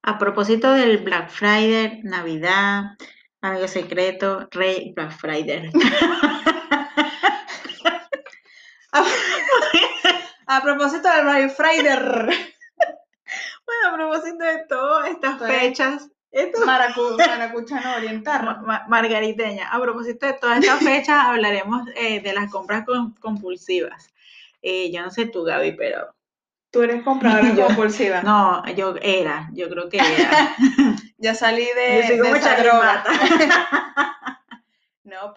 A propósito del Black Friday, Navidad, amigo secreto, Rey, Black Friday. A propósito del Black Friday. Bueno, a propósito de todas estas Tú eres fechas, maracuchano oriental. margariteña, a propósito de todas estas fechas, hablaremos de las compras compulsivas. Yo no sé tú, Gaby, pero Tú eres compradora compulsiva. no, yo creo que era. Ya salí Yo soy de como esa droga. Charimata. No,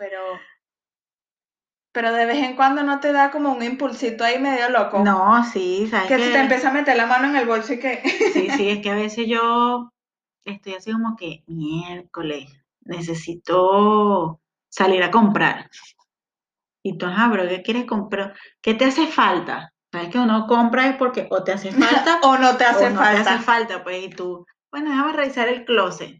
pero de vez en cuando no te da como un impulsito ahí medio loco. No, sí, ¿sabes Que qué? si te empieza a meter la mano en el bolso y que... Sí, es que a veces yo estoy así como que, miércoles, necesito salir a comprar. Y tú, pero ¿qué quieres comprar? ¿Qué te hace falta? ¿Sabes que uno compra es porque o te hace falta o no te hace o no te falta. hace falta? Pues y tú, bueno, déjame revisar el closet.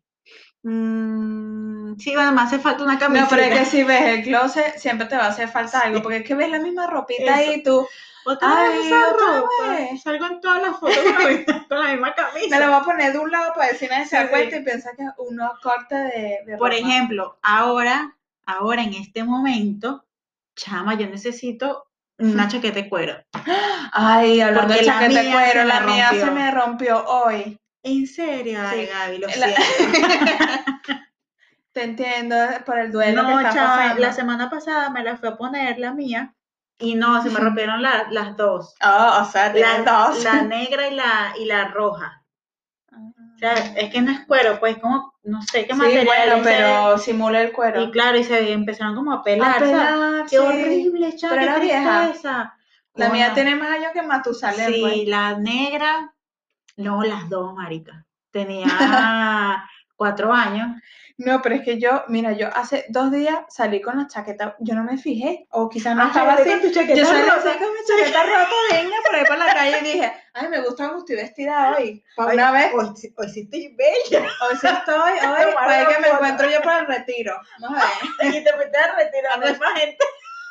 Sí, bueno, me hace falta una camiseta. No, pero es que si ves el closet, siempre te va a hacer falta algo, porque es que ves la misma ropita Eso. ahí y tú, Otra vez ay, esa otra ropa. vez. Salgo en todas las fotos con la misma camisa. Me la voy a poner de un lado para decir nadie se da Sí, cuenta sí. y piensa que es uno corte de Por ropa. ejemplo, ahora en este momento, chama, yo necesito una chaqueta de cuero. Ay, hablando de Porque la chaqueta de mía cuero, se me la mía se rompió. me rompió hoy. ¿En serio? Ay, Sí. Gaby, lo La- siento. Te entiendo por el duelo que No, estás chama, la pasando. semana pasada me la fui a poner la mía y no, se me rompieron las dos. Oh, o sea, tienes dos. La negra y la roja. O sea, es que no es cuero, pues como, no sé qué Sí, material bueno, es. pero simula el cuero. Y claro, y se empezaron como a A pelar, ¿sabes? pelar, ¡Qué sí. horrible, chama, Pero qué era vieja. tristeza! La mía Coño, tiene más años que Matusalén, pues. sí, la negra, no, las dos, marica. Tenía 4 años. No, pero es que yo, mira, yo hace 2 días salí con la chaqueta, yo no me fijé, o quizás no estaba saliste así. con tu chaqueta Yo salí rota. así con mi chaqueta rota, venga, por ahí por la calle y dije, ay, me gusta cómo estoy vestida hoy. Ay, Una vez, hoy sí estoy bella. hoy sí estoy, hoy, Tomar puede una que me foto. encuentro yo por el retiro. Vamos a ver. Y te fuiste a retirar, no hay más gente.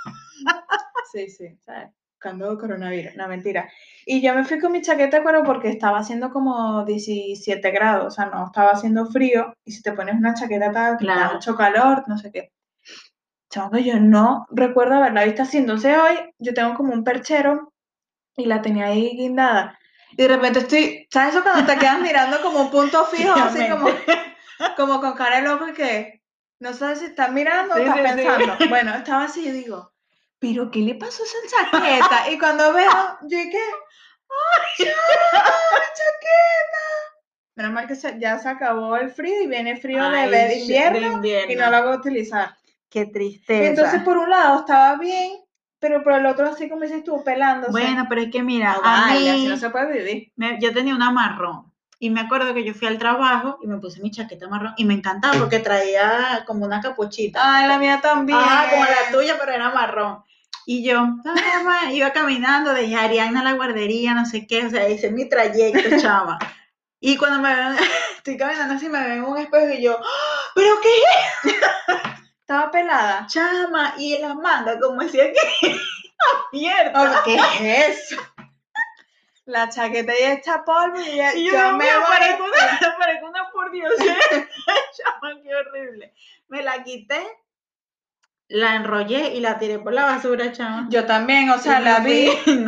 Sí, ¿sabes? Cambio de coronavirus, no, mentira. Y yo me fui con mi chaqueta de cuero porque estaba haciendo como 17 grados, o sea, no estaba haciendo frío, y si te pones una chaqueta tal, te da Claro. mucho calor, no sé qué. Chamo, yo no recuerdo haberla visto así, entonces hoy yo tengo como un perchero y la tenía ahí guindada. Y de repente estoy, ¿sabes eso cuando te quedas mirando como un punto fijo, así como con cara de loco y que no sabes si estás mirando o Sí, estás sí, pensando? sí. Bueno, estaba así y digo, ¿pero qué le pasó a esa chaqueta? Y cuando veo, yo dije, ¡ay, chama, mi chaqueta! Menos mal que ya se acabó el frío y viene frío Ay, de invierno de invierno. y no la voy a utilizar. Qué tristeza. Entonces, por un lado estaba bien, pero por el otro, así como dices tú, pelándose. Bueno, pero es que mira, No a vale, así mí, no se puede vivir. yo tenía una marrón. Y me acuerdo que yo fui al trabajo y me puse mi chaqueta marrón y me encantaba porque traía como una capuchita. Ay, la mía también. Ajá, como la tuya, pero era marrón. Y yo iba caminando de Ariana a la guardería, no sé qué, o sea, ese es mi trayecto, chama. Y cuando me ven, estoy caminando así, me ven en un espejo y yo, ¿pero qué es? Estaba pelada. Chama, y en las mangas, como decía que abierta. ¿Qué es eso? La chaqueta ya está polvo y yo me voy. Parezco una por Dios. Chama, qué horrible. Me la quité, la enrollé y la tiré por la basura, chama. Yo también, o sea, la vi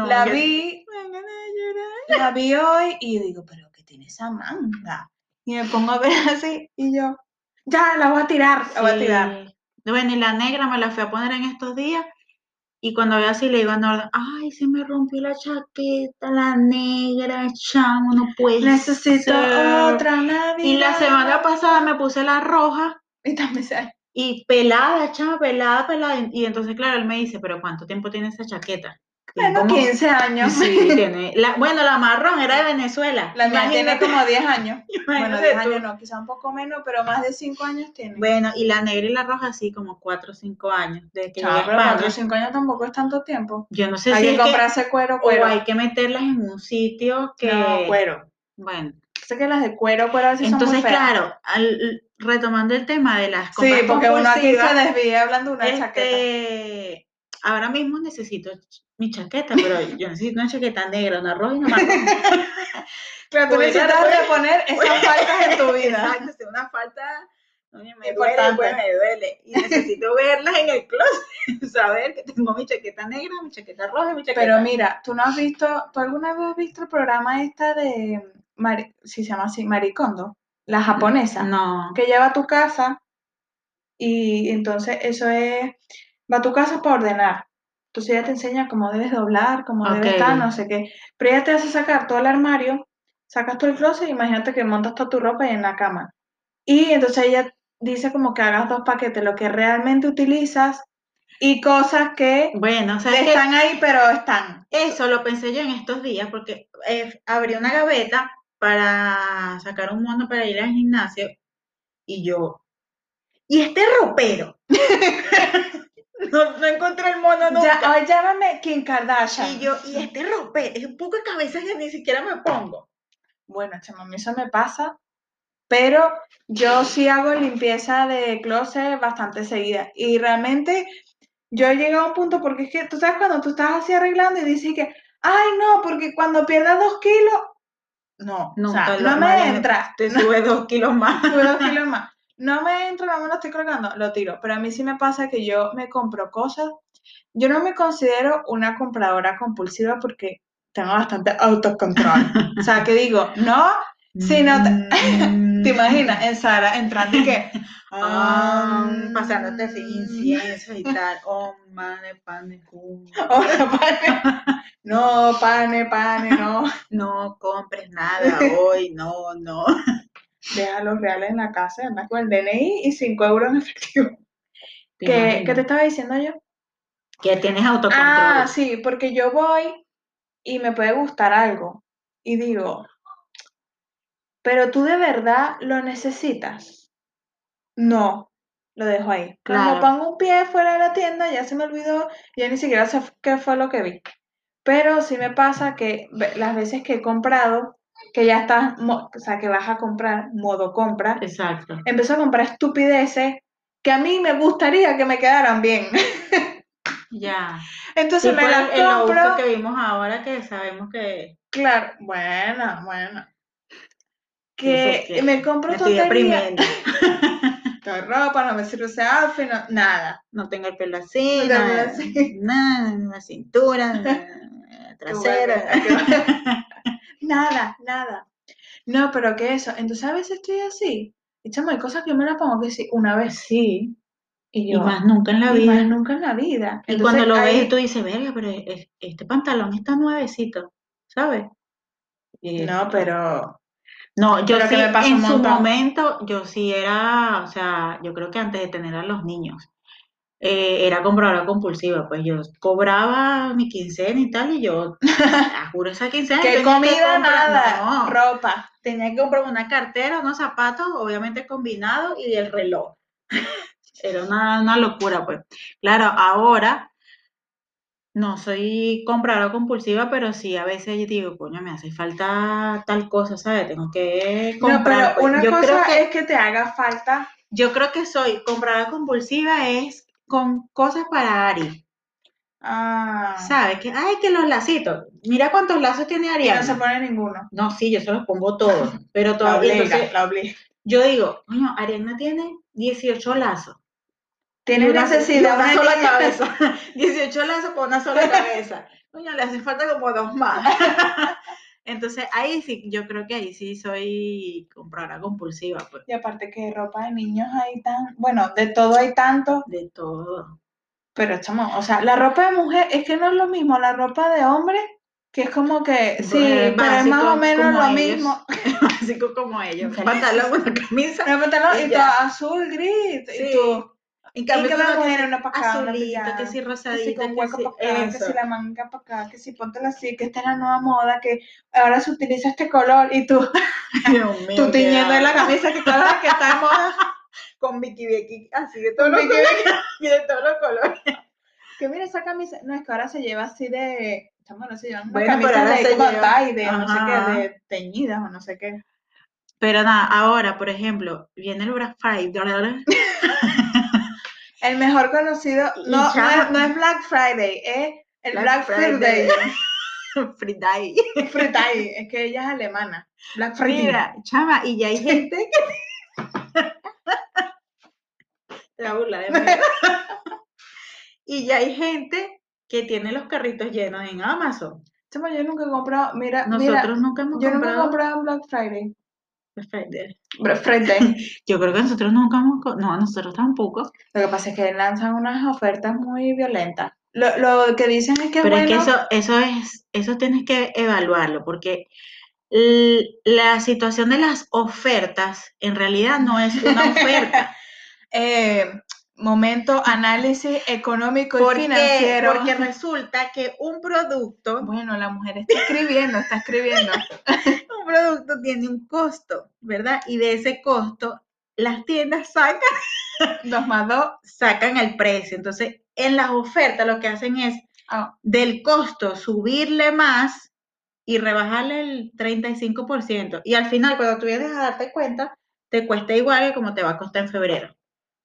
hoy y digo, ¿pero qué tiene esa manga? Y me pongo a ver así y yo, ya, la voy a tirar, la voy a tirar. Bueno, y la negra me la fui a poner en estos días y cuando veo así le digo a Norda, ay, se me rompió la chaqueta, la negra, chamo, no puede Necesito ser. otra Navidad. Y la semana pasada me puse la roja. Y también se... Y pelada, chama, pelada. Y entonces, claro, él me dice, ¿pero cuánto tiempo tiene esa chaqueta? Bueno, 15 años. Sí, tiene. Bueno, la marrón era de Venezuela. La mía tiene como 10 años. Bueno, 10 tú. años no, quizá un poco menos, pero más de 5 años tiene. Bueno, y la negra y la roja sí, como 4 o 5 años. Desde que llegué a pero España. 4 o 5 años tampoco es tanto tiempo. Yo no sé hay si que es comprarse cuero. O hay que meterlas en un sitio que... No, cuero. Bueno. Sé que las de cuero así son muy Entonces, feas. claro, retomando el tema de las compras Sí, porque uno aquí compulsivas, se desvía hablando de una chaqueta. ahora mismo necesito mi chaqueta, pero yo necesito una chaqueta negra, una roja y una marrón. Claro, tú Pues, necesitas claro, reponer esas faltas en tu vida. Exacto, es una falta, oye, me duele, Importante. pues me duele. Y necesito verlas en el closet, saber que tengo mi chaqueta negra, mi chaqueta roja y mi chaqueta. Pero mira, tú alguna vez has visto el programa esta de, si se llama así, Maricondo, la japonesa, No, que lleva a tu casa y entonces eso es, va a tu casa para ordenar. Entonces ella te enseña cómo debes doblar, cómo ok. debes estar, no sé qué. Pero ella te hace sacar todo el armario, sacas todo el closet, imagínate que montas toda tu ropa ahí en la cama. Y entonces ella dice como que hagas dos paquetes, lo que realmente utilizas y cosas que Bueno, ¿sabes qué? están ahí, pero están. Eso lo pensé yo en estos días porque abrí una gaveta para sacar un mono para ir al gimnasio y yo, ¿y este ropero? No encontré el mono Ya, nunca. hoy llámame Kim Kardashian. Y yo, ¿y este ropero? Es un poco de cabeza que ni siquiera me pongo. Bueno, chama, a mí eso me pasa, pero yo sí hago limpieza de closet bastante seguida. Y realmente yo he llegado a un punto, porque es que tú sabes cuando tú estás así arreglando y dices que, ay, no, porque cuando pierdas 2 kilos, no, o sea, Nunca no más me entra. te sube 2 kilos más. Sube 2 kilos más. No me entra, no me lo estoy colgando, lo tiro. Pero a mí sí me pasa que yo me compro cosas. Yo no me considero una compradora compulsiva porque tengo bastante autocontrol. O sea, que digo, no, si no te imaginas en Sara entrando y que Pasándote así incienso y tal. Oh, mane, pane, hola, pane. No, pane, no. No compres nada hoy, no. Deja los reales en la casa, anda con el DNI y 5 euros en efectivo. ¿Te ¿Qué te imaginas? estaba diciendo yo? Que tienes Ah, autocontrol. sí, porque yo voy y me puede gustar algo. Y digo, pero tú de verdad lo necesitas. No, lo dejo ahí. Cuando Claro, pongo un pie fuera de la tienda, ya se me olvidó, ya ni siquiera sé qué fue lo que vi. Pero sí me pasa que las veces que he comprado, que ya estás, o sea, que vas a comprar, modo compra, exacto. empiezo a comprar estupideces que a mí me gustaría que me quedaran bien. Ya. Entonces me Tipo las el outfit compro, que vimos ahora que sabemos que claro, bueno, dices que que me compro me estoy tontería, deprimiendo. toda ropa, no me sirve ese outfit, nada. No tengo el pelo No así, te voy así. nada, la cintura, Que vuelve, trasera. que nada. No, pero que eso. Entonces a veces estoy así. Y chamo, hay cosas que yo me las pongo que sí, una vez. Sí, Y y yo, más nunca en la y más vida. nunca en la vida. Y cuando Entonces lo ves, tú ahí, dices, verga, pero este pantalón está nuevecito, ¿sabes? Y, no, no, yo pero que me sí, pasa en un su montón. momento, yo sí era, o sea, yo creo que antes de tener a los niños, era compradora compulsiva, pues yo cobraba mi quincena y tal, y yo, a juro, esa quincena Que tenía que comida, comprar, nada, no, ropa. tenía que comprar una cartera, unos zapatos, obviamente combinados, y el reloj. Era una locura, pues. Claro, ahora no soy compradora compulsiva, pero sí a veces yo digo, coño, me hace falta tal cosa, ¿sabes? Tengo que No, pero comprar, pues. una cosa es que te haga falta. Yo creo que soy compradora compulsiva es con cosas para Ari. Ah, ¿Sabes? Que, ay, que los lacitos. Mira cuántos lazos tiene y no se Ariana. pone ninguno. No, sí, yo se los pongo todos. Pero La todavía, obliga, entonces, la obliga. yo digo, coño, Ariana tiene 18 lazos. Y Tienes y necesidad, una una sola niña. cabeza. 18 lazos por una sola cabeza. Coño, le hacen falta como dos más. Entonces, ahí sí, yo creo que ahí sí soy compradora compulsiva, pues. Y aparte que ropa de niños hay tan, bueno, de todo hay tanto, De todo. pero chamo, o sea, la ropa de mujer es que no es lo mismo la ropa de hombre, que es como que, sí, pero es más o Básico menos como lo ellos. mismo. Básico como ellos. Un pantalón, una camisa Una pantalón y y todo ya. azul, gris, y Sí. tú, En y cambio, que que va uno que mujer, sí, una para acá, una para azulito, allá, que si rosadito, con que hueco sí, para acá, que eso. si la manga para acá, que si póntela así, que esta es la nueva moda, que ahora se utiliza este color, y tú, Dios tú mío, qué tiñendo en la asco. camisa, que color es que está de moda, Con Vicky Becky, así de todos con los Vicky colores. Becky. Y de todos los colores. Que mira esa camisa, no es que ahora se lleva así de, chamo, no se llevan unas Bueno, pero camisas ahora de se como lleva. tie, de no sé qué, Ajá. de teñidas o no sé qué. Pero nada, ahora, por ejemplo, viene el Black Friday. El mejor conocido, Y no, chama, no es Black Friday, es el Black Black Friday. Friday. Friday, es que ella es alemana. Black Friday. Mira, chama, y ya hay gente te va a burlar de mí. Y ya hay gente que tiene los carritos llenos en Amazon. Chama, yo nunca he comprado, mira, Nosotros nunca hemos yo nunca he comprado comprado en Black Friday. Friday. Black Friday. Yo creo que nosotros nunca hemos, no, nosotros tampoco. Lo que pasa es que lanzan unas ofertas muy violentas. Lo que dicen es que es Pero es que bueno. eso tienes que evaluarlo, porque la situación de las ofertas en realidad no es una oferta. Momento análisis económico y ¿Por qué? financiero. Porque resulta que un producto, Bueno, la mujer está escribiendo, está escribiendo. un producto tiene un costo, ¿verdad? Y de ese costo, las tiendas sacan 2 más 2. sacan el precio. Entonces, en las ofertas lo que hacen es del costo subirle más y rebajarle el 35%. Y al final, cuando tú vienes a darte cuenta, te cuesta igual que como te va a costar en febrero.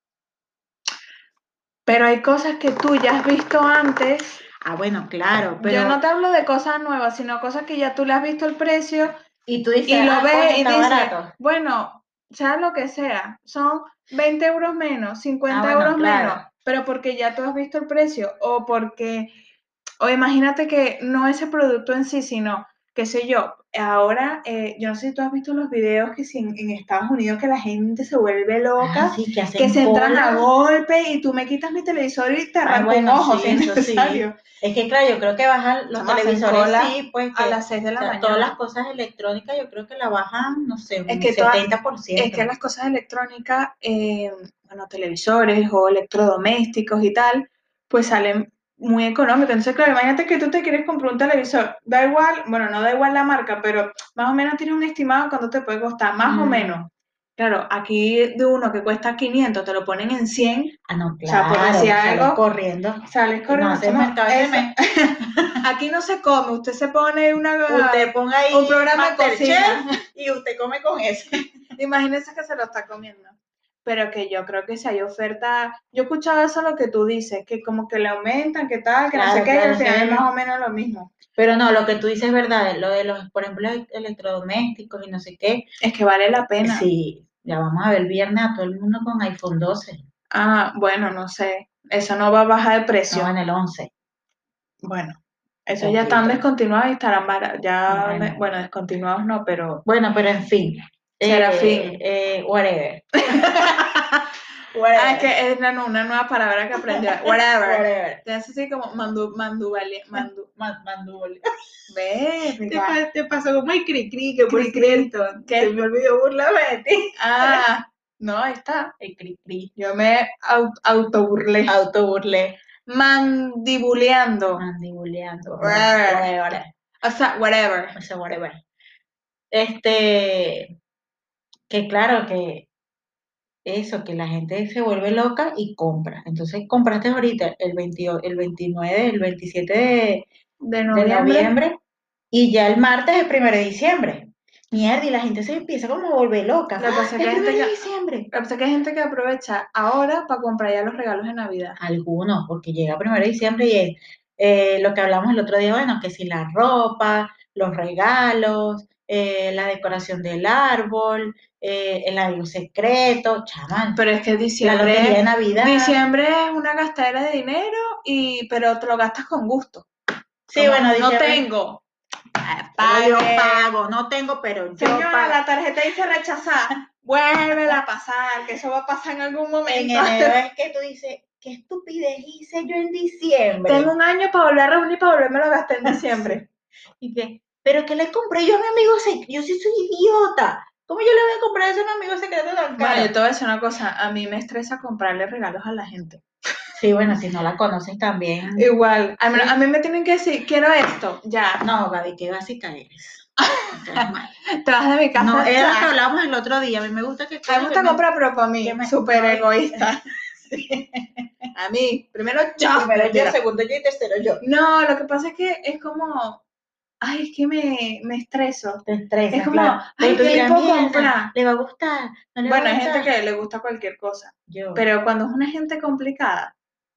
Pero hay cosas que tú ya has visto antes. Ah, bueno, claro, pero... Yo no te hablo de cosas nuevas, sino cosas que ya tú le has visto el precio Y tú dices, y lo ves coño, y está dices, barato. bueno, sea lo que sea, son 20 euros menos, 50 bueno, euros claro. menos, pero porque ya tú has visto el precio o porque, o imagínate que no ese producto en sí, sino, qué sé yo, ahora, yo no sé si tú has visto los videos que si en Estados Unidos que la gente se vuelve loca, Sí, que que hacen se entran a cola. golpe y tú me quitas mi televisor y te arranco un bueno, ojo, sí, si es eso sí. necesario. Es que claro, yo creo que bajan los Chama, hacen televisores, cola sí, pues a que las 6 de la mañana. todas las cosas electrónicas yo creo que la bajan, no sé, Es un que, 70%. es que las cosas electrónicas, bueno, televisores o electrodomésticos y tal, pues salen muy económicos. Entonces, claro, imagínate que tú te quieres comprar un televisor, da igual, bueno, no da igual la marca, pero más o menos tienes un estimado cuánto te puede costar, más o menos. Claro, aquí de uno que cuesta 500 te lo ponen en 100. Ah, no, O sea, por claro, decir sales algo, corriendo. sales No corriendo. haces Chamo, mercado ese mes. aquí no se come, usted se pone Usted ponga ahí un programa de Masterchef cocina. y usted come con eso. Imagínense que se lo está comiendo. Pero que yo creo que si hay oferta, yo he escuchado eso lo que tú dices, que como que le aumentan, que tal, que no sé Claro, qué, y al claro, final sí. es más o menos lo mismo. Pero no, lo que tú dices es verdad, lo de los, por ejemplo, electrodomésticos y no sé qué. Es que vale la pena. Sí, ya vamos a ver el viernes a todo el mundo con iPhone 12. Ah, bueno, no sé. Eso no va a bajar de precio. No, en el 11. Bueno, eso ya están Ojito. descontinuados y estarán baratos. Ya, Bueno. bueno, descontinuados no, pero Bueno, pero en fin. Serafín. Whatever. Ah, es que es una nueva palabra que aprendí. Whatever. Whatever. Te hace así como mandubali. Mandúbal. Verga. Te pasó como el cri-cri, que por Cri-cri. cierto, ¿Qué? se me olvidó burlarme de ti. Ah, no, ahí está. El cri-cri. Yo me autoburlé. Autoburlé. Mandibuleando. Mandibuleando. Whatever. O sea, whatever. O sea, whatever. Que claro, que eso, que la gente se vuelve loca y compra. Entonces compraste ahorita el 29, el 27 De de noviembre. noviembre y ya el martes es 1 de diciembre. Mierda, y la gente se empieza como a volver loca. Lo que pasa es ¡Ah! que Es hay gente 1 de que, diciembre. lo que pasa es que hay gente que aprovecha ahora para comprar ya los regalos de Navidad. Algunos, porque llega 1 de diciembre y es lo que hablamos el otro día, bueno, que si la ropa, los regalos, la decoración del árbol, el algo secreto, chamán. Pero es que La lotería de Navidad. diciembre es una gastadera de dinero, pero te lo gastas con gusto. Sí, bueno, No diciembre. tengo. Pero yo pago, no tengo, pero yo Señora, pago. la tarjeta dice rechazar. Vuélvela a pasar, que eso va a pasar en algún momento. En enero es que tú dices, qué estupidez hice yo en diciembre. Tengo un año para volver a reunir para volverme a gastar en diciembre. Y que, pero que le compré yo a mi amigo secreto, yo sí soy idiota. ¿Cómo yo le voy a comprar eso a mi amigo secreto tan caro? Bueno, yo te voy a decir una cosa, a mí me estresa comprarle regalos a la gente. Sí, bueno, si no la conoces también. Igual, a Sí. mí me tienen que decir, quiero esto, ya. No, Gaby, qué básica eres. Te vas de mi casa. No, era lo que hablábamos el otro día. A mí me gusta que. A mí me gusta comprar, pero para mí, súper egoísta. Sí. A mí, primero yo. Primero yo, segundo yo y tercero yo. No, lo que pasa es que es como, ay, es que me estreso. Te Es estresa, como, claro. ay, Porque tú ¿qué le dirás, puedo mierda, comprar? ¿le va a gustar? ¿No le va a Bueno, hay gente gustar? que le gusta cualquier cosa, Yo. pero cuando es una gente complicada,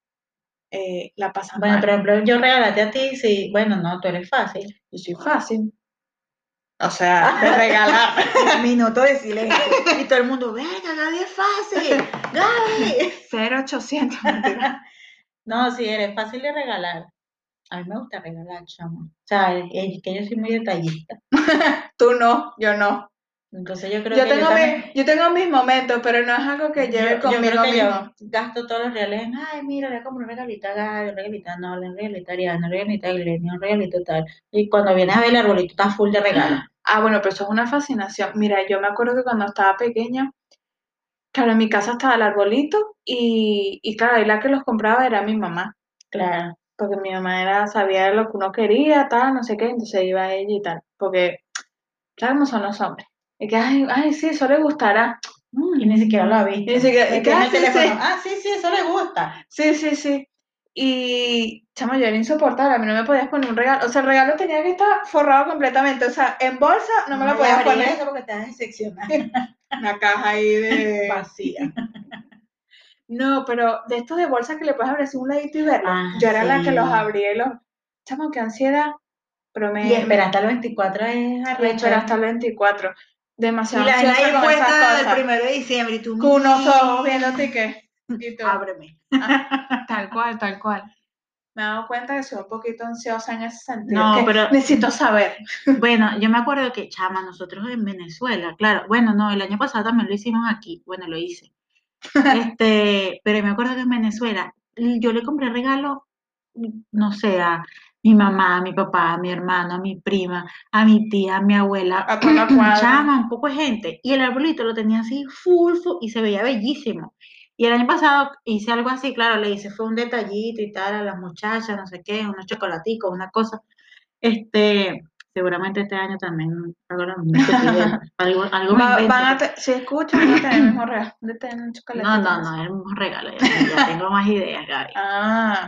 la pasas Bueno, por mal. ejemplo, yo regalarte a ti, sí. Bueno, no, tú eres fácil. Yo soy fácil. O sea, de regalar. Minuto de silencio. Y todo el mundo, venga, Gaby es fácil. Gaby. 0800, mentira. No, sí, eres fácil de regalar. A mí me gusta regalar, chamo. O sea, es que yo soy muy detallista. Tú no, yo no. Entonces yo creo que yo Yo tengo mis momentos, pero no es algo que lleve yo creo conmigo que yo mismo. gasto todos los reales en, ay, mira, le compro un regalito a Gaby, un regalito a Nolan, un regalito a Ariana, un regalito a Glenny, un regalito tal. Y cuando vienes a ver el arbolito está full de regalos. Ah, bueno, pero eso es una fascinación. Mira, yo me acuerdo que cuando estaba pequeña, claro, en mi casa estaba el arbolito y claro, ahí la que los compraba era mi mamá, Claro. porque mi mamá sabía lo que uno quería, tal, no sé qué, entonces iba a ella y tal, porque, claro, no son los hombres. Y que, ay, sí, eso le gustará. Y ni siquiera lo ha visto. Y ni siquiera, y que, Metí en el sí, teléfono, sí, ah, sí, sí, eso le gusta. sí, sí, sí. Y, chamo, yo era insoportable, a mí no me podías poner un regalo, o sea, el regalo tenía que estar forrado completamente, o sea, en bolsa no me lo podías poner. Eso porque te vas a decepcionar. Una caja ahí de... Vacía. No, pero de estos de bolsa que le puedes abrir así un ladito y verlo. Ah, Yo era la que los sí. abría y los... Chamo, qué ansiedad. Pero Y espera hasta el 24 es y espera arrecha. hasta el 24. Y Demasiado la vaina ansiosa ahí con esas puesta del cosas. 1 de diciembre y tú, Con unos ojos viéndote que... Y tú, ábreme. tal cual, tal cual. Me he dado cuenta que soy un poquito ansiosa en ese sentido. No, Que pero necesito saber. bueno, yo me acuerdo que, chama, nosotros en Venezuela, claro, bueno, no, el año pasado también lo hicimos aquí, bueno, lo hice. Pero me acuerdo que en Venezuela yo le compré regalo, no sé, a mi mamá, a mi papá, a mi hermano, a mi prima, a mi tía, a mi abuela, A toda la cuadra. chama, un poco de gente. Y el arbolito lo tenía así full, full, y se veía bellísimo. Y el año pasado hice algo así, claro, le hice, fue un detallito y tal a las muchachas, no sé qué, unos chocolaticos, una cosa. Este, seguramente este año también hago la misma estupidez. Algo me invento. Van a si escuchan, van a tener el mismo regalo. De tener un No, chocolatito no, más. no, es un regalo, ya tengo más ideas, Gaby. Ah,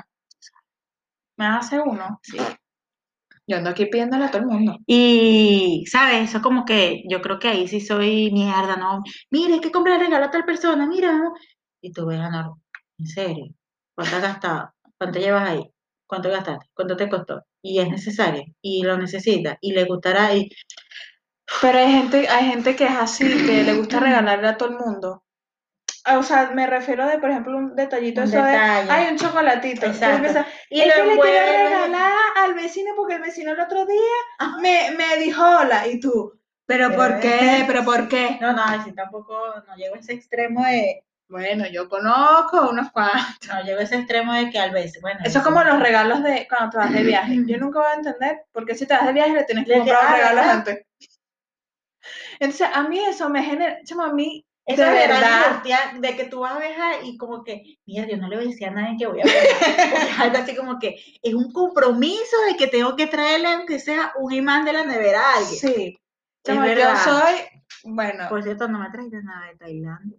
me hace uno. Sí. Yo ando aquí pidiéndole a todo el mundo. Y, ¿sabes? Eso como que yo creo que ahí sí soy mierda, ¿no? Mira, hay que comprar regalo a tal persona, mira, ¿no? Y tú ves, no, en serio, ¿cuánto has gastado? ¿Cuánto llevas ahí? ¿Cuánto gastaste? ¿Cuánto te costó? Y es necesario, y lo necesita, y le gustará, y Pero hay gente que es así, que le gusta regalarle a todo el mundo. O sea, me refiero de, por ejemplo, un detallito un eso de, detalle. hay un chocolatito. Entonces Exacto. empieza, Y es lo que le quiero envuelves. regalar al vecino porque el vecino el otro día me dijo hola. Y tú, ¿pero por qué? ¿Pero por Sí. qué? No, no, así tampoco, no llego a ese extremo de, Bueno, yo conozco unos cuantos. no llego a ese extremo de que al veces, bueno, Eso es como los regalos de cuando te vas de viaje. Yo nunca voy a entender por qué si te vas de viaje le tienes que comprar un regalo a la ¿verdad? gente. Entonces, a mí eso me genera, chamo, a mí, Eso de genera verdad, angustia de que tú vas a viajar y como que, mira, yo no le voy a decir a nadie que voy a viajar. O sea, algo así como que es un compromiso de que tengo que traerle, aunque sea un imán de la nevera a alguien. sí. Es Chamo, yo verdad. soy, bueno, Por cierto, no me trajiste nada de Tailandia.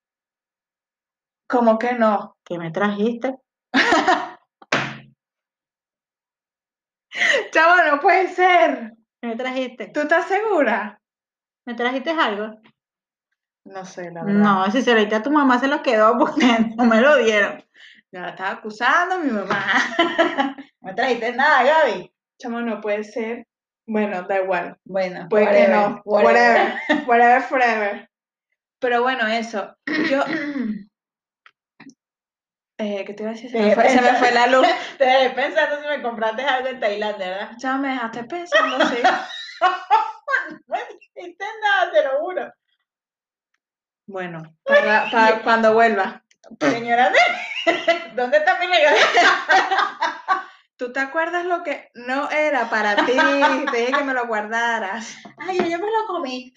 como que no. ¿Qué me trajiste? Chamo, no puede ser. ¿Qué me trajiste? ¿Tú estás segura? ¿Me trajiste algo? No sé, la verdad. No, si se lo diste a tu mamá se lo quedó porque no me lo dieron. Ya la estaba acusando mi mamá. No me trajiste nada, Gaby. Chamo, no puede ser. Bueno, da igual. Bueno, Puede que whatever, no. whatever. Whatever, forever. Pero bueno, eso. Yo, ¿qué te iba a decir? Se me fue la luz. Te dejé pensando si me compraste algo en Tailandia, ¿verdad? Ya me dejaste pensando, sí. No hiciste nada, te lo juro. Bueno, para cuando vuelva. Señora, ¿dónde está mi regalo? ¿Tú te acuerdas lo que no era para ti? Te dije que me lo guardaras. Ay, yo me lo comí.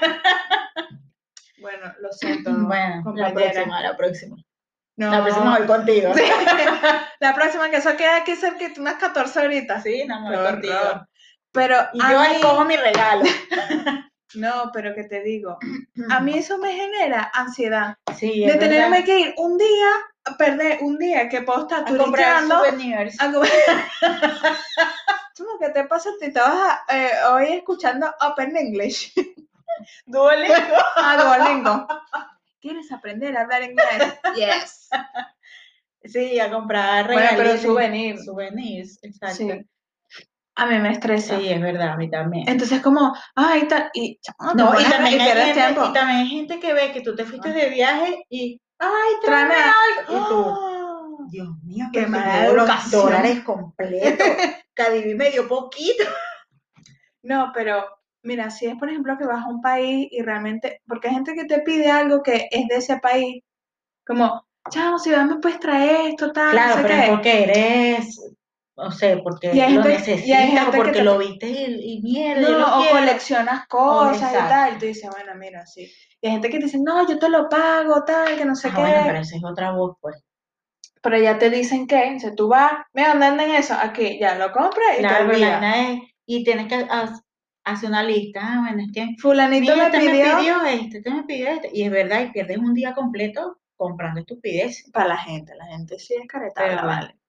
Bueno, lo siento, Bueno, compañera. la próxima. No. La próxima voy contigo. Sí. La próxima que eso queda aquí cerquita, unas 14 horitas. Sí, no, me Qué voy contigo. horror. Pero Y a yo mí, escojo mi regalo. no, pero que te digo, a mí eso me genera ansiedad. Sí, De es tenerme verdad. que ir un día, a perder un día que puedo estar A comprar turisteando. souvenirs. ¿qué te pasa? Te estabas hoy escuchando Open English. Duolingo. Duolingo. ¿Quieres aprender a hablar inglés? Yes. Sí, a comprar Bueno, pero regalitos. Souvenirs, exacto. Sí. A mí me estresa. Sí, es verdad, a mí también. Entonces como, ay, tal, y chamo, te No, y pones también hay pierdes gente, tiempo. y también hay gente que ve que tú te fuiste de viaje y, ay, Tráeme tráeme algo. Y tú, ¡Oh! Dios mío, Qué pero si mala me dio los educación. dólares completos. Cadivi me dio poquito. No, pero mira, si es por ejemplo que vas a un país y realmente, porque hay gente que te pide algo que es de ese país, como, chao, si vas me puedes traer esto, tal, no Claro, sé pero es qué. porque eres, no sé, Y porque hay lo gente, y hay necesitas o gente que porque te lo viste y mierda, yo lo no, o quiero. coleccionas cosas y tal, exacto. y tú dices, bueno, mira, sí. Y hay gente que te dice, no, yo te lo pago, tal, que no sé Ah, bueno, qué. pero esa es otra voz, pues. Pero ya te dicen que, dice, tú vas, mira, ¿dónde andan eso? Aquí, ya lo compras y te Claro, pero la olvidas. vaina es, y tienes que hacer una lista. Ah, bueno, es que Fulanito mira, me pidió este me pidió este. Y es verdad, y pierdes un día completo comprando estupideces. para la gente sí es Pero caretabla, bueno, vale.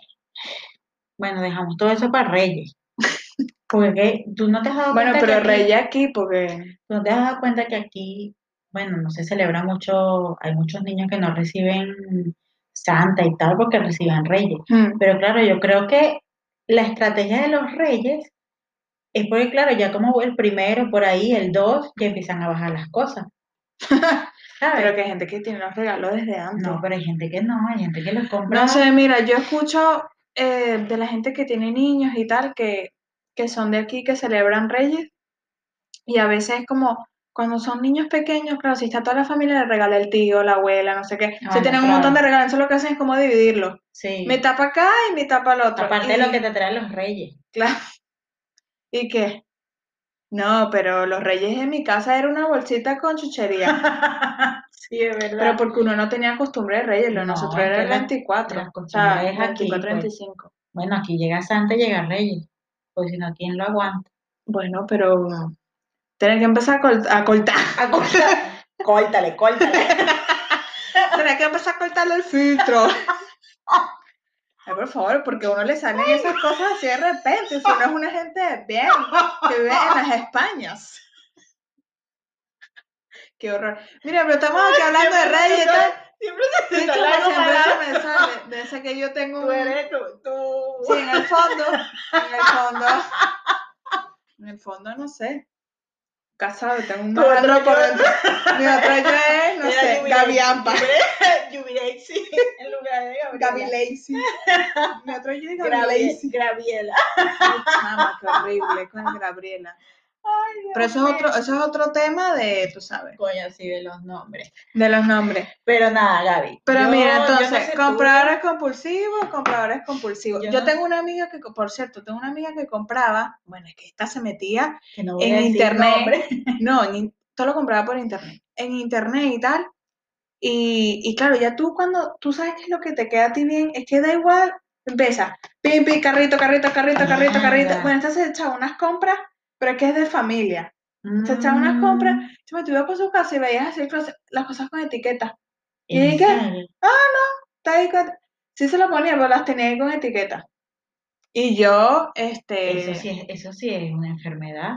bueno, dejamos todo eso para Reyes. Porque tú no te has dado Bueno, cuenta que pero aquí, rey aquí, porque tú no te has dado cuenta que aquí, bueno, no se celebra mucho, hay muchos niños que no reciben Santa y tal porque reciben Reyes. Pero claro, yo creo que la estrategia de los Reyes es porque, claro, ya como el primero, por ahí, el dos, ya empiezan a bajar las cosas, pero ¿sabes? que hay gente que tiene los regalos desde antes. No, pero hay gente que no, hay gente que los No compra. sé, mira, yo escucho de la gente que tiene niños y tal, que son de aquí, que celebran Reyes, y a veces es como, cuando son niños pequeños, claro, si está toda la familia, le regala el tío, la abuela, no sé qué. Ah, Si no, tienen un montón claro, de regalos, entonces lo que hacen es como dividirlo. sí. Mitad para acá y mitad para el otro. Aparte de lo que Y, te traen los Reyes. claro, ¿y qué? No, pero los Reyes en mi casa era una bolsita con chuchería. Sí, es Pero verdad. porque uno no tenía costumbre de Reyes, lo de No, nosotros es era que el 24, las o sea, costumbres aquí, 24, pues, 25. bueno, aquí llega Santa y llega Reyes, pues si no, ¿quién lo aguanta? Bueno, pero tienes que empezar a cortar. A cortar. Córtale, córtale. Tienes que empezar a cortarle el filtro. Ay, por favor, porque a uno le salen esas cosas así de repente, si uno es una gente de bien, que vive en las Españas. Qué horror. Mira, pero estamos aquí hablando de Reyes y tal. Siempre se Sí, te sale chama, algo siempre más se grande. me sale. De ese que yo tengo Tú eres tú. Sí, en el fondo. En el fondo. En el fondo, no sé. Casado, tengo un Tu otro malandro por yo. dentro. Mi otro yo es, no Era sé, Gaviampa. Jubilacy en lugar de Gaby Gabriela. Lazy. Mi otro yo es Gaby Lazy. Graviela. Ay, chama, qué horrible con Gabriela. Ay, Pero Dios mío. eso es otro tema de, tú sabes, Coño, sí, de los nombres. de los nombres. Pero nada, Gaby. Pero mira, Yo no entonces, sé compradores compulsivos, compradores compulsivos. Yo Yo no tengo una amiga que, por cierto, tengo una amiga que compraba, bueno, es que esta se metía que no voy en a decir internet, nombre. no, todo lo compraba por internet, en internet y tal, y claro, ya tú cuando tú sabes que es lo que te queda a ti bien, es que da igual, empieza, pim, pim, carrito, carrito, carrito, carrito, carrito, Mierda. bueno, esta se echaba unas compras, pero es que es de familia, se echaba unas compras, Mm, se me iba por su casa y veías así las cosas con etiqueta, y ¿En dije, serio? está ahí sí se lo ponía, pero las tenía ahí con etiqueta. Y yo, Eso sí es una enfermedad.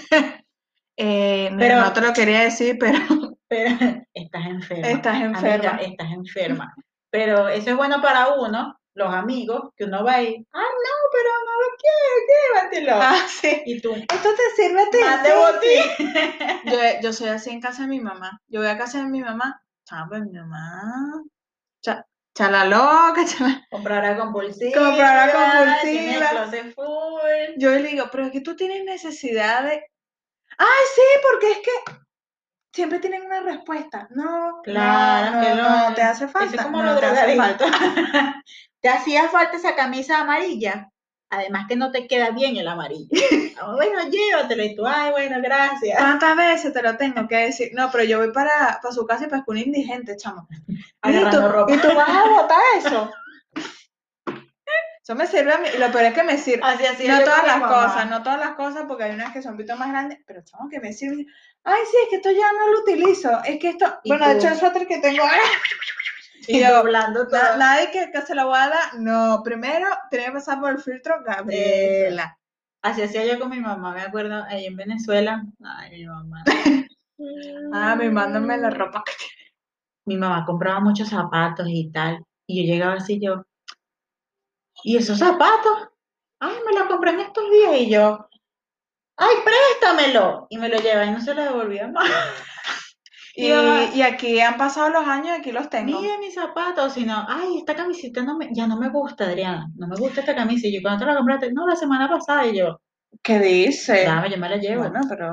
mira, Pero, no te lo quería decir, pero pero estás enferma. estás Amiga, enferma. estás enferma. Pero eso es bueno para uno, los amigos, que uno va ahí. Ah, no, pero no lo quiero, llévatelo. Ah, sí. Y tú, Esto te sirve a ti. mande Sí, botín. Yo soy así en casa de mi mamá. Yo voy a casa de mi mamá. ¿Sabes? Mi mamá. Chala loca, Comprará compulsiva. comprará Tiene el compulsiva. closet full. Yo le digo, pero es que tú tienes necesidad de. Ay, sí, porque es que siempre tienen una respuesta. No, no, Claro, que no, no, ¿te hace eso es falta? como los No, te hace falta. drogadictos. ¿Te hacía falta esa camisa amarilla? Además que no te queda bien el amarillo. Ah, bueno, llévatelo y tú, ay, bueno, gracias. ¿Cuántas veces te lo tengo que decir? No, pero yo voy para su casa y parezco un indigente, chamo. Agarrando ropa. ¿Y tú vas a botar eso? Eso me sirve a mí, y lo peor es que me sirve. Así hacía No yo todas con mi las mamá. cosas, no todas las cosas, porque hay unas que son un poquito más grandes, pero chamo, que me sirve. Ay, sí, es que esto ya no lo utilizo. Es que esto, Y bueno, de tú, hecho el suéter que tengo ahora, y y yo, doblando todo. nadie que se lo voy a dar, no, primero tiene que pasar por el filtro Gabriela. Así hacía yo con mi mamá, me acuerdo, ahí en Venezuela. Ay, mi mamá. Mi mándame la ropa que Mi mamá compraba muchos zapatos y tal. Y yo llegaba así, yo, ¿y esos zapatos? Ay, me los compré en estos días. Y yo, ay, préstamelo. Y me lo lleva y no se lo devolvía más. Y mamá, y aquí han pasado los años y aquí los tengo. mire mis zapatos, sino, ay, esta camiseta ya no me gusta, Adriana, no me gusta esta camisa. Y yo, ¿cuándo te la compraste? No, la semana pasada. Y yo, ¿Qué dice? dame, yo me la llevo. Bueno, pero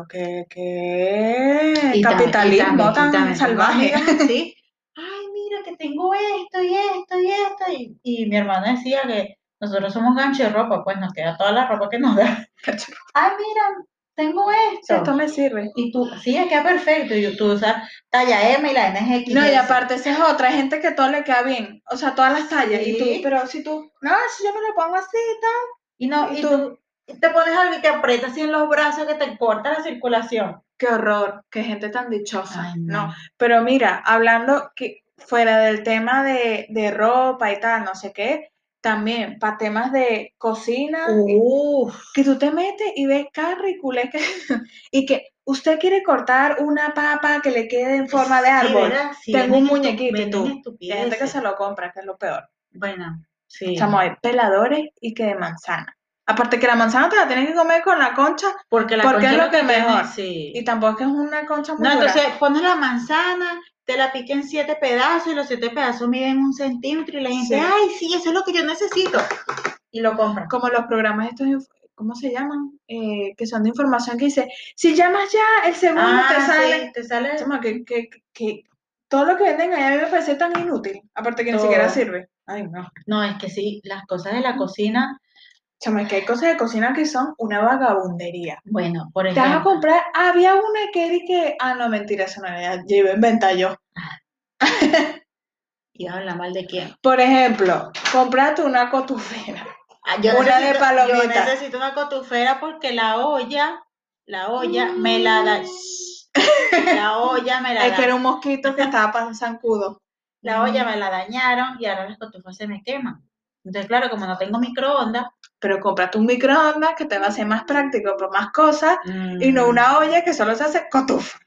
qué Y capitalismo tan también tengo salvaje. amigas así, ay, mira que tengo esto y esto y esto. Y mi hermana decía que nosotros somos gancho de ropa, pues nos queda toda la ropa que nos da. Ay, mira, tengo Esto esto. me sirve. Y tú, sí, es queda perfecto. Y tú usas talla M y la N es No, y XS. aparte esa es otra, hay gente que todo le queda bien, o sea, todas las tallas, y tú, Sí. pero si tú, no, si yo me lo pongo así y tal, Y no, y y tú, tú te pones algo y te aprietas así en los brazos que te corta la circulación. qué horror, qué gente tan dichosa, Ay, no, no. pero mira, hablando que fuera del tema de ropa y tal, no sé qué, también para temas de cocina, Uf. que tú te metes y ves cada ridiculez que, y que usted quiere cortar una papa que le quede en forma de Sí, árbol, ¿verdad? Sí, tengo un venden, muñequito y venden tú, y hay gente que estupideces. se lo compra, que es lo peor. Bueno, sí. Chamo, hay peladores y que de manzana. Aparte que la manzana te la tienes que comer con la concha, Porque la porque concha es es lo lo que que tiene, mejor. sí. Y tampoco es que es una concha muy No, dura. entonces pones la manzana, te la pica en 7 pedazos y los 7 pedazos miden 1 centímetro y la gente, Sí. ay, sí, eso es lo que yo necesito. Y lo compran. Como los programas estos, ¿cómo se llaman? Que son de información que dice, si llamas ya, el segundo te sale. Sí, te sale Chama, que todo lo que venden allá a mí me parece tan inútil. Aparte que ni siquiera todo. sirve. Ay, no. No, es que sí, las cosas de la cocina, Chama, es que hay cosas de cocina que son una vagabundería. bueno, por Te vas a ejemplo, comprar, había una que era que, no, mentira, eso no era, yo iba a inventar yo. iba a hablar mal de quién. Por ejemplo, comprate una cotufera, una de Yo palomita. necesito una cotufera porque la olla me la da, la olla me la Es que era da. un mosquito que estaba pasando zancudo. La olla me la dañaron y ahora las cotufas se me queman. Entonces, claro, como no tengo microondas, Pero cómprate un microondas que te va a ser más práctico por más cosas y no una olla que solo se hace cotufa.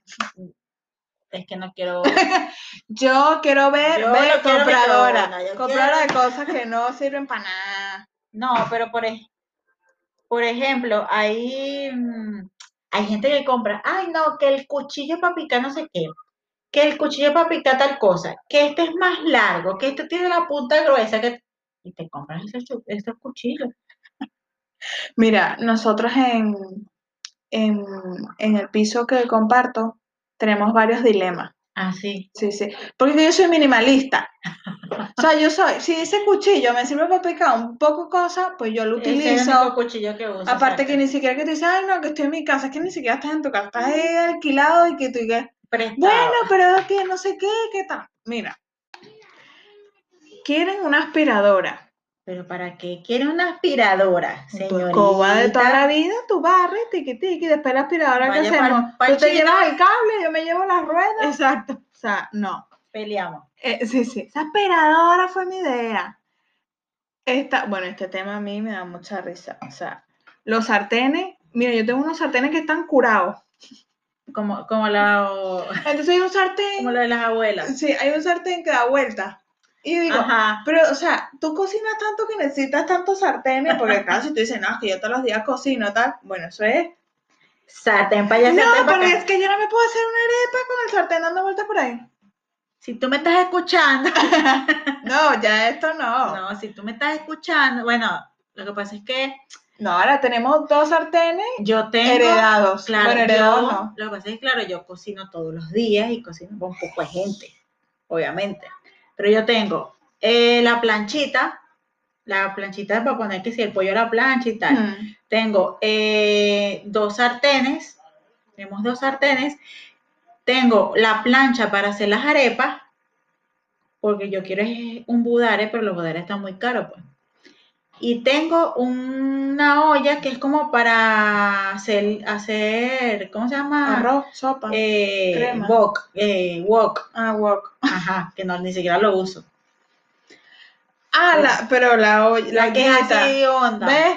es que no quiero. Yo quiero ver, Yo no quiero compradora. microondas, yo Compradora de quiero. cosas que no sirven para nada. No, pero por ejemplo, hay gente que compra, ay no, que el cuchillo para picar no sé qué, que el cuchillo para picar tal cosa, que este es más largo, que este tiene la punta gruesa, y te compras esos cuchillos. Mira, nosotros en, en el piso que comparto tenemos varios dilemas. Así. Sí, sí. Porque yo soy minimalista. O sea, si ese cuchillo me sirve para picar un poco cosas, pues yo lo Ese es el único utilizo. cuchillo que uso, Aparte exacto. que ni siquiera que te dices, ay, no, que estoy en mi casa, es que ni siquiera estás en tu casa, estás ahí alquilado y que tú digas, bueno, Prestado. pero es que no sé qué tal. Mira, quieren una aspiradora. Pero ¿para qué quiere una aspiradora, Tu escoba de toda la señorita? vida, tú barres, tiqui, tiqui, después la aspiradora, ¿qué Vaya hacemos? pa'l Tú te chino. llevas el cable, yo me llevo las ruedas. Exacto. O sea, no. Peleamos. Sí, sí, esa aspiradora fue mi idea. Bueno, este tema a mí me da mucha risa. O sea, los sartenes, mira, yo tengo unos sartenes que están curados. Como la, Entonces hay un sartén, como lo de las abuelas. sí, hay un sartén que da vuelta. Y yo digo, Ajá. pero, o sea, tú cocinas tanto que necesitas tantos sartenes, porque claro, si tú dices, no, es que yo todos los días cocino, tal, bueno, eso es. Sartén para allá, No, sartén para porque acá. es que yo no me puedo hacer una arepa con el sartén dando vuelta por ahí. Si tú me estás escuchando, No, ya esto no. no, si tú me estás escuchando, bueno, lo que pasa es que No, ahora tenemos dos sartenes yo tengo, heredados. claro, Bueno, heredados no. lo que pasa es que, claro, yo cocino todos los días y cocino con poco de gente, obviamente. Pero yo tengo la planchita para poner que si el pollo a la plancha y tal. Tengo dos sartenes, tenemos dos sartenes. Tengo la plancha para hacer las arepas, porque yo quiero un budare, pero los budares están muy caros, pues. Y tengo una olla que es como para hacer ¿cómo se llama? Arroz, sopa, crema. wok. Wok. Ajá, que no, ni siquiera lo uso. Pero la La que es así ollita. de onda. ¿Ves?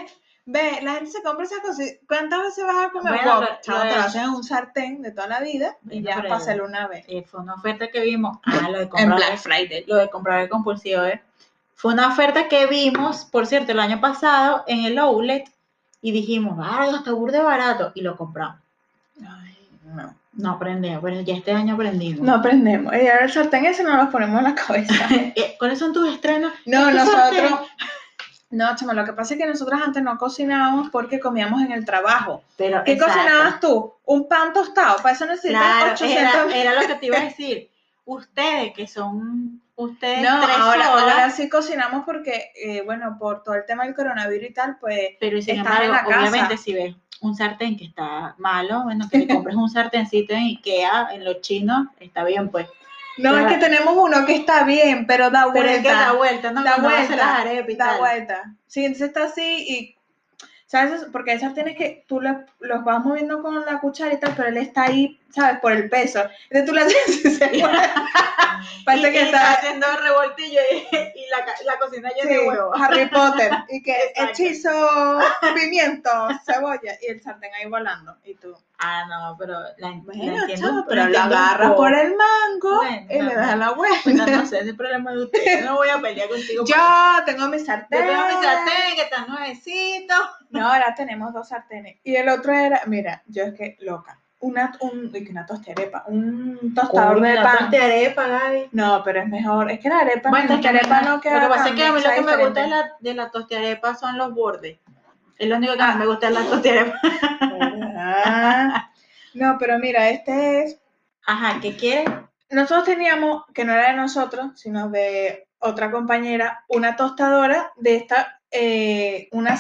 Ve, la gente se compra esas cosas. ¿Cuántas veces vas a comer Bueno, wok? Chavo, te lo hacen en un sartén de toda la vida y bueno, ya pero, pásalo una vez. fue una oferta que vimos. Lo de En comprar, Black Friday. lo de comprar compulsivo, Fue una oferta que vimos, por cierto, el año pasado en el outlet y dijimos, está burda de barato y lo compramos. Ay, no. No aprendemos, pero ya este año aprendimos. No aprendemos. Y ahora el sartén ese no lo ponemos en la cabeza. ¿Cuáles son tus estrenos? No, ¿Este nosotros. sartén? No, chama, lo que pasa es que nosotros antes no cocinábamos porque comíamos en el trabajo. Pero, ¿Qué exacto. cocinabas tú? Un pan tostado. Para eso necesitas Claro, 800. era lo que te iba a decir. Ustedes, que son ustedes No, tres ahora solas, sí cocinamos porque, bueno, por todo el tema del coronavirus y tal, pues pero sin estás en embargo, la obviamente casa. si ves un sartén que está malo, bueno, que te compres un sartencito en Ikea, en los chinos, está bien, pues. No, es Pero, que tenemos uno que está bien, pero da pero es que da vuelta. vuelta, ¿no? Da Cuando vas a hacer las vuelta. arepas y Da tal. vuelta. Sí, entonces está así y ¿sabes? Porque esas tienes que, tú los vas moviendo con la cuchara y tal, pero él está ahí, ¿sabes? Por el peso. Entonces tú le haces y se mueve. Parece que está haciendo revoltillo y la cocina llena sí, de huevos. Harry Potter. Y que Exacto. hechizo, pimiento, cebolla. Y el sartén ahí volando. Y tú. No, pero Bueno, entiendo, chavo, pero la la entiendo un agarras poco. por el mango Bueno, y le das la vuelta. Bueno, no sé, ese es el problema de ustedes. No voy a pelear contigo. Yo tengo mi sartén. Yo tengo mi sartén que está nuevecito. No, ahora tenemos 2 sartenes. Y el otro era, mira, yo es que loca. Una tostarepa, un tostador de pan. Tostarepa, Gaby. No, pero es mejor. Es que la arepa, Bueno, la tostarepa no queda. Lo que pasa es que a mí lo que me diferente. gusta de la tostarepa son los bordes. Es lo único que a mí me gusta de la tostarepa. ¿Verdad? No, pero mira, este es. Ajá, ¿qué quieres? Nosotros teníamos, que no era de nosotros, sino de otra compañera, una tostadora de esta, una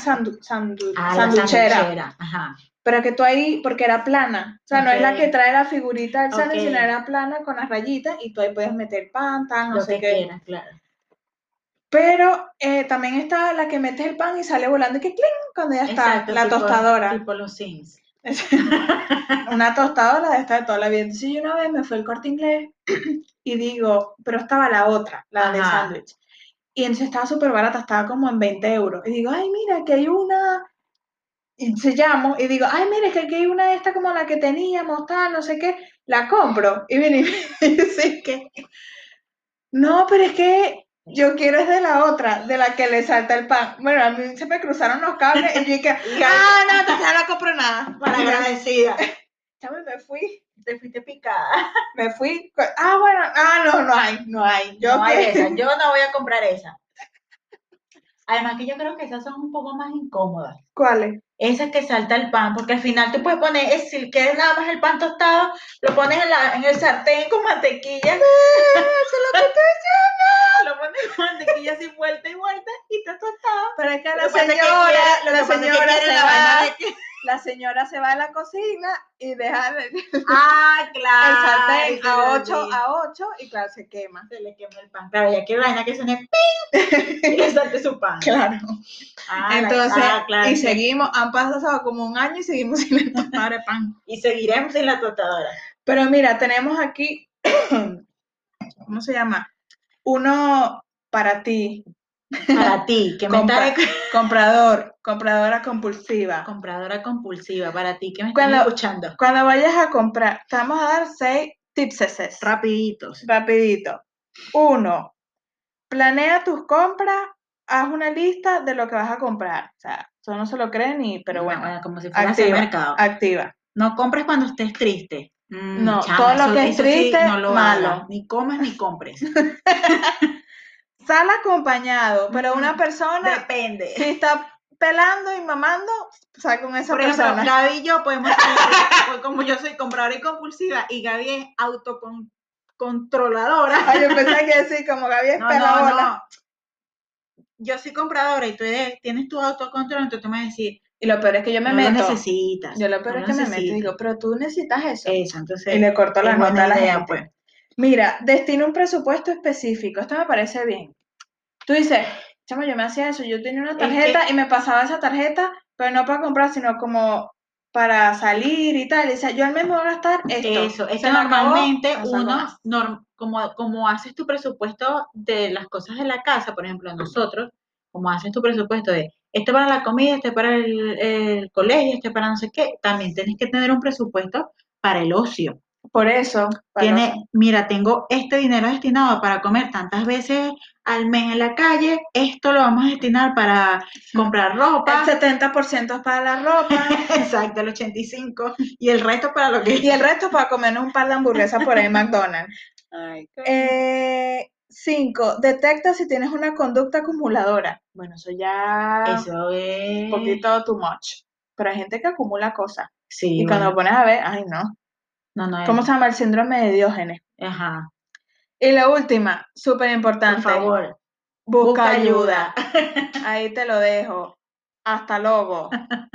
sanduchera. Ajá. Pero que tú ahí, porque era plana, o sea, no es la que trae la figurita del sándwich, Ok. sino era plana con las rayitas y tú ahí puedes meter pan, tal, no Lo sé que qué. quieras, claro. Pero también está la que metes el pan y sale volando y que cling cuando ya está, Exacto, la tostadora. Tipo los Sims. Una tostadora de esta de toda la vida. Entonces yo una vez me fui al Corte Inglés y digo, pero estaba la otra, la de Ajá. sándwich. Y entonces estaba súper barata, estaba como en 20 euros. Y digo, ay, mira, que hay una. Y se llamo y digo, ay, mira, que aquí hay una de estas como la que teníamos, tal, no sé qué. La compro. Y viene y dice que. No, pero es que yo quiero es de la otra, de la que le salta el pan. Bueno, a mí se me cruzaron los cables y yo dije, no, entonces ya no compro nada. Para agradecida. ¿Sabes? Me fui. Te fuiste picada. Me fui. Bueno, no hay. Yo no hay esa. Yo no voy a comprar esa. Además que yo creo que esas son un poco más incómodas. ¿Cuáles? Esas que salta el pan, porque al final tú puedes poner, si quieres nada más el pan tostado, lo pones en el sartén con mantequilla. Eso es lo que estoy diciendo. Lo pones con mantequilla así vuelta y vuelta y está tostado. Pero es que Lo la que pasa es que señora, quiere- lo que pasa es que quiere la vaina de que- la señora se va a la cocina y deja el claro. sartén y se le olvida. a 8 y claro, se quema. Se le quema el pan. Claro, ya quiere la vaina que suene ¡ping! Y le salte su pan. Claro. Entonces, claro, y sí. seguimos, han pasado como un año y seguimos sin el tostador de pan. Y seguiremos sin la tostadora. Pero mira, tenemos aquí, ¿cómo se llama? Uno para ti. Para ti, que me estás Compradora compulsiva. Compradora compulsiva, para ti que me estás escuchando. Cuando vayas a comprar, te vamos a dar 6 tipses. Rapiditos. Rapidito. 1. Planea tus compras, haz una lista de lo que vas a comprar. O sea, eso no se lo cree ni, pero bueno. Como si fuera al mercado. Activa. No compres cuando estés triste. No, chama, todo lo que es triste, sí, no lo malo. hagas. Ni comas ni compres. Sal acompañado, pero una persona, depende. si está pelando y mamando, sal con esa persona. Por ejemplo, Gaby y yo podemos salir, como yo soy compradora y compulsiva y Gaby es autocontroladora. Yo pensé que decir como Gaby es peladora. No. Yo soy compradora y tú tienes tu autocontrol, entonces tú me vas a decir. Y lo peor es que yo me meto. No lo necesitas. Yo lo peor es que me meto y digo, pero tú necesitas eso. Entonces. Y le corto la nota a la gente. Pues. Mira, destina un presupuesto específico. Esto me parece bien. Tú dices, chamo, yo me hacía eso. Yo tenía una tarjeta y me pasaba esa tarjeta, pero no para comprar, sino como para salir y tal. Y decía, yo al mes me voy a gastar esto. Eso normalmente uno, como haces tu presupuesto de las cosas de la casa, por ejemplo, nosotros, como haces tu presupuesto de Este para la comida, este para el colegio, este para no sé qué. También tienes que tener un presupuesto para el ocio. Por eso, Paloso. Mira, tengo este dinero destinado para comer tantas veces al mes en la calle, esto lo vamos a destinar para comprar El ropa, 70% es para la ropa exacto, el 85%, y el resto para lo y el que... resto para comernos un par de hamburguesas por ahí en McDonald's. Ay, coño. 5. Detecta si tienes una conducta acumuladora. Bueno, eso ya Eso un es... poquito too much. Pero hay gente que acumula cosas. Sí, Y cuando bueno, lo pones a ver, ay no. no, no es... ¿Cómo se llama el síndrome de Diógenes? Ajá, Y la última, súper por importante, favor, busca busca ayuda. ayuda. Ahí te lo dejo. Hasta luego.